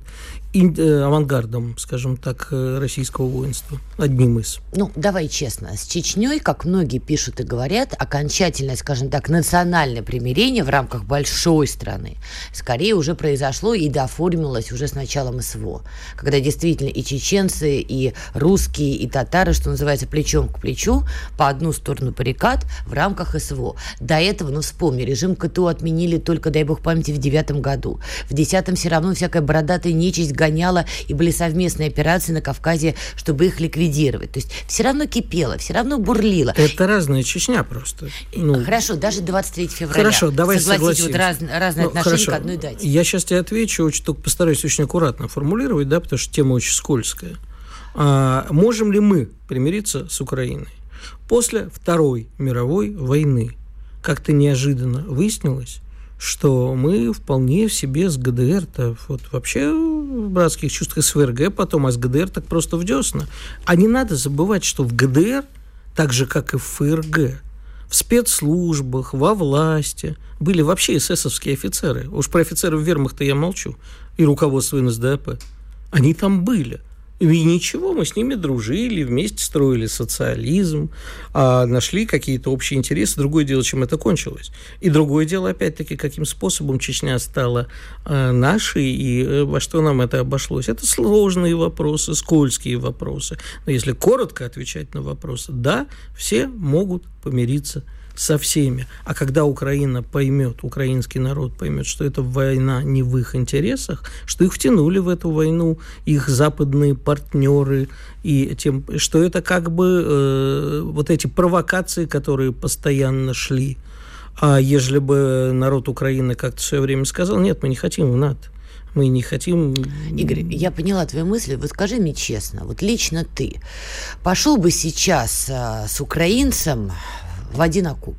авангардом, скажем так, российского воинства, одним из. Ну, давай честно, с Чечней, как многие пишут и говорят, окончательное, скажем так, национальное примирение в рамках большой страны скорее уже произошло и дооформилось уже с началом СВО, когда действительно и чеченцы, и русские, и татары, что называется, плечом к плечу, по одну сторону баррикад в рамках СВО. До этого, ну, вспомни, режим КТУ отменили только, дай бог памяти, в девятом году. В десятом все равно всякая бородатая нечисть гоняла, и были совместные операции на Кавказе, чтобы их ликвидировать. То есть все равно кипело, все равно бурлило. Это разная Чечня просто. Ну, хорошо, даже двадцать третьего февраля. Хорошо, давай согласитесь, вот раз, разные ну, отношения хорошо. к одной дате. Я сейчас тебе отвечу, очень, только постараюсь очень аккуратно формулировать, да, потому что тема очень скользкая. А, можем ли мы примириться с Украиной? После Второй мировой войны как-то неожиданно выяснилось, что мы вполне в себе с ГДР-то, вот вообще в братских чувствах СВРГ потом, а с ГДР так просто в десна. А не надо забывать, что в ГДР, так же, как и в ФРГ, в спецслужбах, во власти были вообще эсэсовские офицеры. Уж про офицеров вермахта я молчу. И руководство эн эс дэ а пэ. Они там были. И ничего, мы с ними дружили, вместе строили социализм, а нашли какие-то общие интересы. Другое дело, чем это кончилось. И другое дело, опять-таки, каким способом Чечня стала э, нашей и э, во что нам это обошлось. Это сложные вопросы, скользкие вопросы. Но если коротко отвечать на вопросы, да, все могут помириться со всеми. А когда Украина поймет, украинский народ поймет, что эта война не в их интересах, что их втянули в эту войну их западные партнеры, и тем, что это как бы э, вот эти провокации, которые постоянно шли. А ежели бы народ Украины как-то в свое время сказал, нет, мы не хотим в НАТО. Мы не хотим... Игорь, я поняла твои мысли. Вот скажи мне честно, вот лично ты пошел бы сейчас а, с украинцем в один окоп,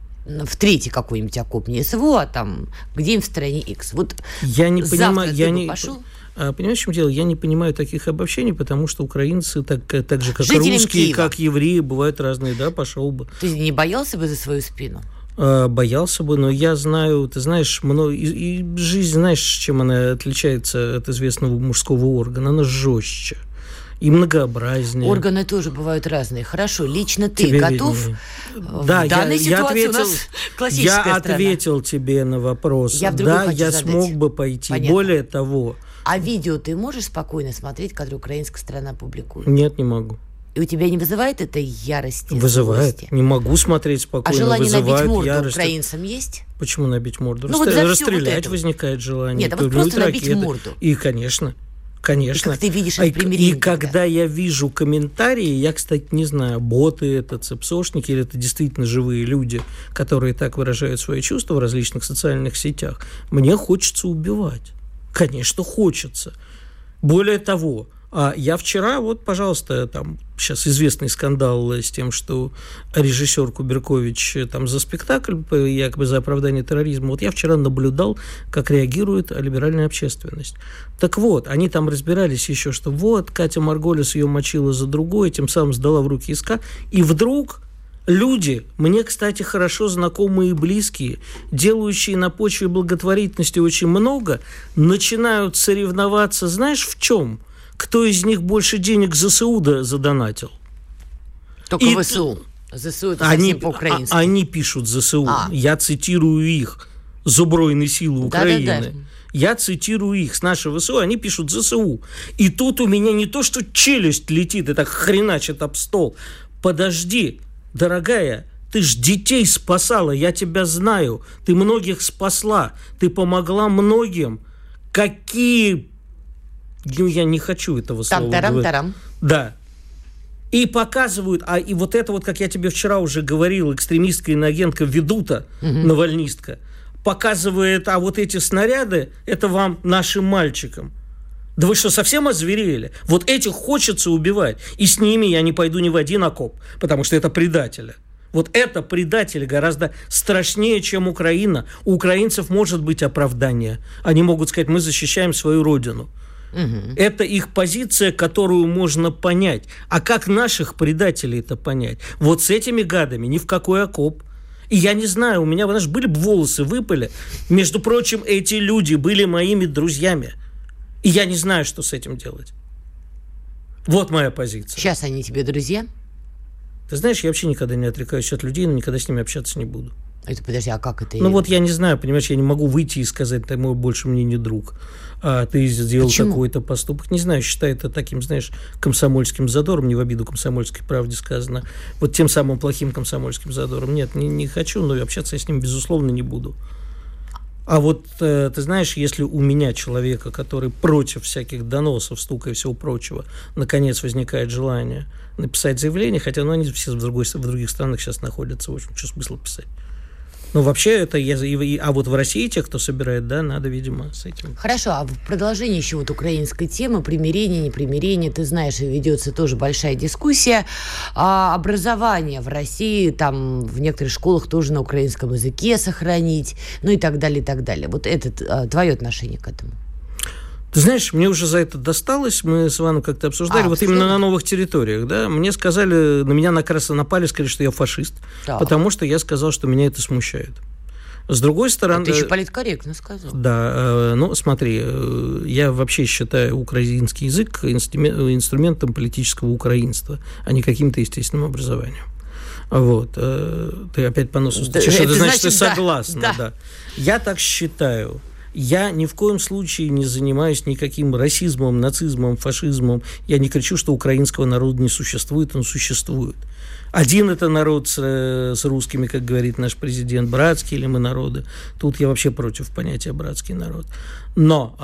в третий какой-нибудь окоп, не СВО, а там где-нибудь в стране X. Вот я не понимаю, ты я бы не пошел? Понимаешь, в чем дело? Я не понимаю таких обобщений, потому что украинцы, так, так же, как Жителям русские, Киева. как евреи, бывают разные, да, пошел бы. Ты не боялся бы за свою спину? Боялся бы, но я знаю, ты знаешь, много, и, и жизнь, знаешь, чем она отличается от известного мужского органа? Она жестче и многообразнее. Органы тоже бывают разные. Хорошо, лично ты Тебе готов? виднее. В Да, данной я, ситуации я ответил, у нас классическая я страна. ответил тебе на вопрос. Я да, я задать. смог бы пойти. Понятно. Более того... А видео ты можешь спокойно смотреть, когда украинская страна публикует? Нет, не могу. И у тебя не вызывает это ярости? Вызывает. Злости? Не могу смотреть спокойно. А желание Вызывает набить морду ярость. украинцам есть? Почему набить морду? Ну, Расстрел... вот за Расстрелять вот возникает желание. Нет, а вот просто Плюнуть набить ракеты. морду. И, конечно. Конечно. И как ты видишь а это примирение? И когда тогда? я вижу комментарии, я, кстати, не знаю, боты это, цепсошники, или это действительно живые люди, которые так выражают свои чувства в различных социальных сетях, мне хочется убивать. Конечно, хочется. Более того, А я вчера, вот, пожалуйста, там сейчас известный скандал с тем, что режиссер Куберкович там за спектакль, якобы за оправдание терроризма, вот я вчера наблюдал, как реагирует либеральная общественность. Так вот, они там разбирались еще, что вот, Катя Марголис ее мочила за другой, тем самым сдала в руки СК, и вдруг люди, мне, кстати, хорошо знакомые и близкие, делающие на почве благотворительности очень много, начинают соревноваться, знаешь, в чем? Кто из них больше денег ЗСУ задонатил? Только и ВСУ. ЗСУ это они, совсем по-украински. А, они пишут ЗСУ. А. Я цитирую их. Збройные силы Украины. Да-да-да. Я цитирую их с нашего ВСУ, они пишут ЗСУ. И тут у меня не то, что челюсть летит и так хреначит об стол. Подожди, дорогая, ты ж детей спасала, я тебя знаю. Ты многих спасла, ты помогла многим. Какие... Ну, я не хочу этого слова Там-тарам, говорить. тарам. Да. И показывают, а и вот это вот, как я тебе вчера уже говорил, экстремистка иноагентка Ведута, угу. навальнистка, показывает, а вот эти снаряды, это вам, нашим мальчикам. Да вы что, совсем озверели? Вот этих хочется убивать. И с ними я не пойду ни в один окоп, потому что это предатели. Вот это предатели гораздо страшнее, чем Украина. У украинцев может быть оправдание. Они могут сказать, мы защищаем свою родину. Угу. Это их позиция, которую можно понять. А как наших предателей это понять? Вот с этими гадами ни в какой окоп. И я не знаю, у меня, знаешь, были бы волосы выпали. Между прочим, эти люди были моими друзьями. И я не знаю, что с этим делать. Вот моя позиция. Сейчас они тебе друзья? Ты знаешь, я вообще никогда не отрекаюсь от людей, но никогда с ними общаться не буду. Это, подожди, а как это? Ну вот я не знаю, понимаешь, я не могу выйти и сказать, ты мой больше мне не друг. А ты сделал Почему? какой-то поступок. Не знаю, считаю это таким, знаешь, комсомольским задором, не в обиду комсомольской правде сказано. Вот тем самым плохим комсомольским задором. Нет, не, не хочу, но общаться я с ним, безусловно, не буду. А вот, э, ты знаешь, если у меня человека, который против всяких доносов, стука и всего прочего, наконец возникает желание написать заявление, хотя ну, они все в, другой, в других странах сейчас находятся, в общем, что смысл писать? Ну, вообще, это я... А вот в России тех, кто собирает, да, надо, видимо, с этим... Хорошо, а в продолжении еще вот украинской темы, примирение, непримирение, ты знаешь, ведется тоже большая дискуссия. А образование в России, там, в некоторых школах тоже на украинском языке сохранить, ну и так далее, и так далее. Вот это твое отношение к этому? Ты знаешь, мне уже за это досталось, мы с Иваном как-то обсуждали, а, вот обсуждали? Именно на новых территориях, да, мне сказали, на меня накрасно напали, сказали, что я фашист, да. Потому что я сказал, что меня это смущает. С другой стороны... А ты еще политкорректно сказал. Да, ну, смотри, я вообще считаю украинский язык инструментом политического украинства, а не каким-то естественным образованием. Вот, ты опять по носу стучишь, это, это значит, ты согласна, да. да. Я так считаю. Я ни в коем случае не занимаюсь никаким расизмом, нацизмом, фашизмом. Я не кричу, что украинского народа не существует, он существует. Один это народ с, с русскими, как говорит наш президент, братские ли мы народы. Тут я вообще против понятия братский народ. Но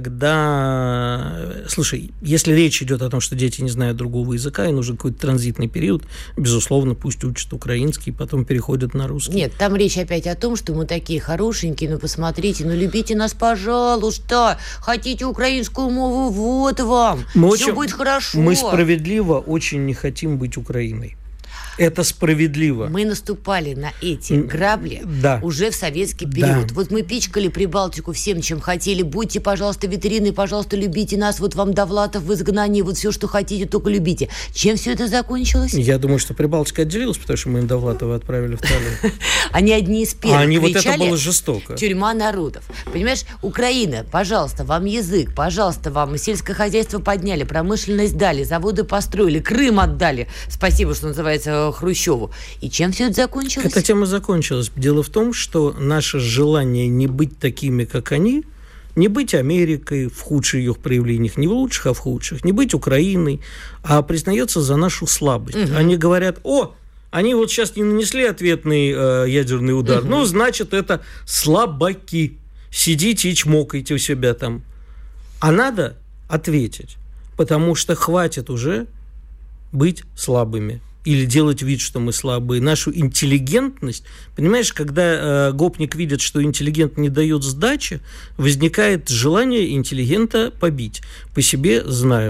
когда... Слушай, если речь идет о том, что дети не знают другого языка, и нужен какой-то транзитный период, безусловно, пусть учат украинский, потом переходят на русский. Нет, там речь опять о том, что мы такие хорошенькие, ну посмотрите, ну любите нас, пожалуйста. Хотите украинскую мову, вот вам. Мы Все очень, будет хорошо. Мы справедливо очень не хотим быть Украиной. Это справедливо. Мы наступали на эти грабли да. уже в советский период. Да. Вот мы пичкали Прибалтику всем, чем хотели. Будьте, пожалуйста, витрины, пожалуйста, любите нас. Вот вам Довлатов в изгнании, вот все, что хотите, только любите. Чем все это закончилось? Я думаю, что Прибалтика отделилась, потому что мы им Довлатова отправили в Таллин. Они одни из первых а они кричали, вот это было жестоко. Тюрьма народов. Понимаешь, Украина, пожалуйста, вам язык, пожалуйста, вам сельское хозяйство подняли, промышленность дали, заводы построили, Крым отдали. Спасибо, что называется, Хрущеву. И чем все это закончилось? Эта тема закончилась. Дело в том, что наше желание не быть такими, как они, не быть Америкой в худших ее проявлениях, не в лучших, а в худших, не быть Украиной, а признается за нашу слабость. Угу. Они говорят, о, они вот сейчас не нанесли ответный э, ядерный удар, угу. ну, значит, это слабаки. Сидите и чмокайте у себя там. А надо ответить, потому что хватит уже быть слабыми. Или делать вид, что мы слабые. Нашу интеллигентность, понимаешь, когда э, гопник видит, что интеллигент не дает сдачи, возникает желание интеллигента побить. По себе знаю.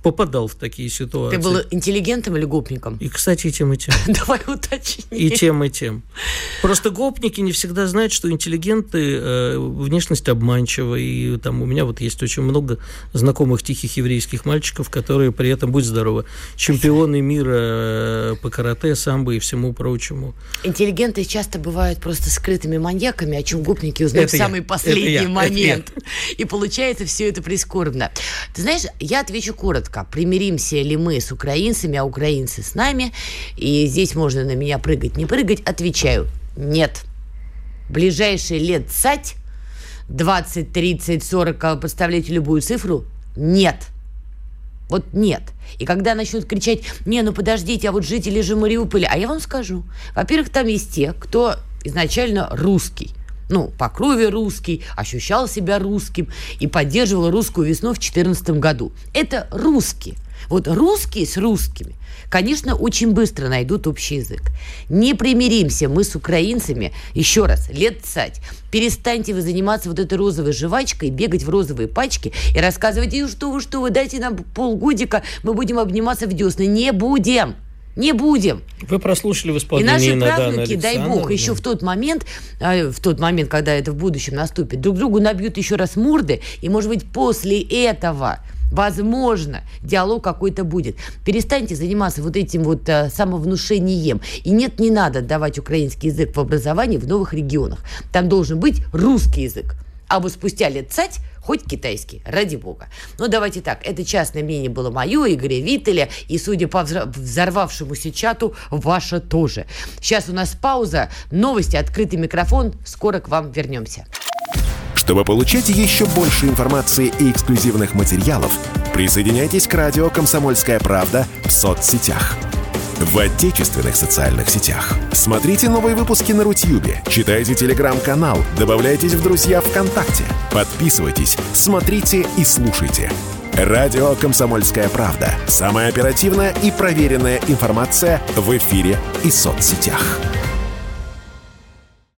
попадал в такие ситуации. Ты был интеллигентом или гопником? И, кстати, и тем, и тем. Давай уточни. И тем, и тем. Просто гопники не всегда знают, что интеллигенты, э, внешность обманчива. И там у меня вот есть очень много знакомых тихих еврейских мальчиков, которые при этом, будь здоровы, чемпионы мира э, по карате, самбо и всему прочему. Интеллигенты часто бывают просто скрытыми маньяками, о чем гопники узнают это в самый я. последний это момент. Это и получается все это прискорбно. Ты знаешь, я отвечу коротко. Примиримся ли мы с украинцами, а украинцы с нами? И здесь можно на меня прыгать, не прыгать. Отвечаю, нет. Ближайшие лет цать, двадцать, тридцать, сорок, подставляйте любую цифру, нет. Вот нет. И когда начнут кричать, не, ну подождите, а вот жители же Мариуполя, а я вам скажу, во-первых, там есть те, кто изначально русский. Ну, по крови русский, ощущал себя русским и поддерживал русскую весну в две тысячи четырнадцатом году. Это русские. Вот русские с русскими, конечно, очень быстро найдут общий язык. Не примиримся мы с украинцами, еще раз, лет цать. Перестаньте вы заниматься вот этой розовой жвачкой, бегать в розовые пачки и рассказывать, и что вы, что вы, дайте нам полгодика, мы будем обниматься в десны. Не будем! Не будем. Вы прослушали в исполнении И наши Надана правнуки, дай бог, да. еще в тот момент, в тот момент, когда это в будущем наступит, друг другу набьют еще раз морды, и, может быть, после этого, возможно, диалог какой-то будет. Перестаньте заниматься вот этим вот а, самовнушением. И нет, не надо давать украинский язык в образовании в новых регионах. Там должен быть русский язык. А вот спустя лет цать хоть китайский, ради бога. Ну, давайте так, это частное мнение было мое, Игоря Виттеля, и, судя по взорвавшемуся чату, ваше тоже. Сейчас у нас пауза, новости, открытый микрофон, скоро к вам вернемся. Чтобы получать еще больше информации и эксклюзивных материалов, присоединяйтесь к радио «Комсомольская правда» в соцсетях. В отечественных социальных сетях. Смотрите новые выпуски на Рутьюбе, читайте телеграм-канал, добавляйтесь в друзья ВКонтакте, подписывайтесь, смотрите и слушайте. Радио «Комсомольская правда». Самая оперативная и проверенная информация в эфире и соцсетях.